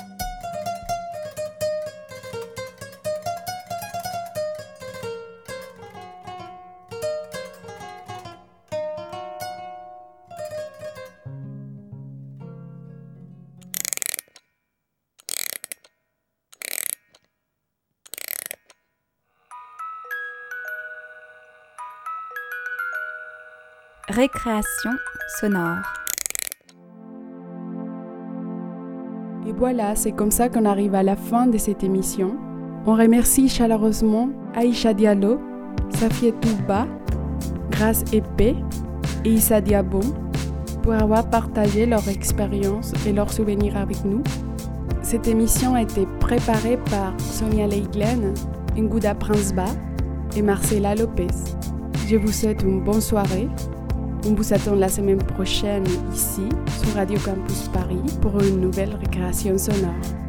Récréation sonore. Et voilà, c'est comme ça qu'on arrive à la fin de cette émission. On remercie chaleureusement Aïcha Diallo, Safié Touba, Grace Epé, et Issa Diabon pour avoir partagé leur expérience et leurs souvenirs avec nous. Cette émission a été préparée par Sonia Leiglen, Nguda Princeba et Marcela Lopez. Je vous souhaite une bonne soirée. On vous attend la semaine prochaine ici, sur Radio Campus Paris, pour une nouvelle récréation sonore.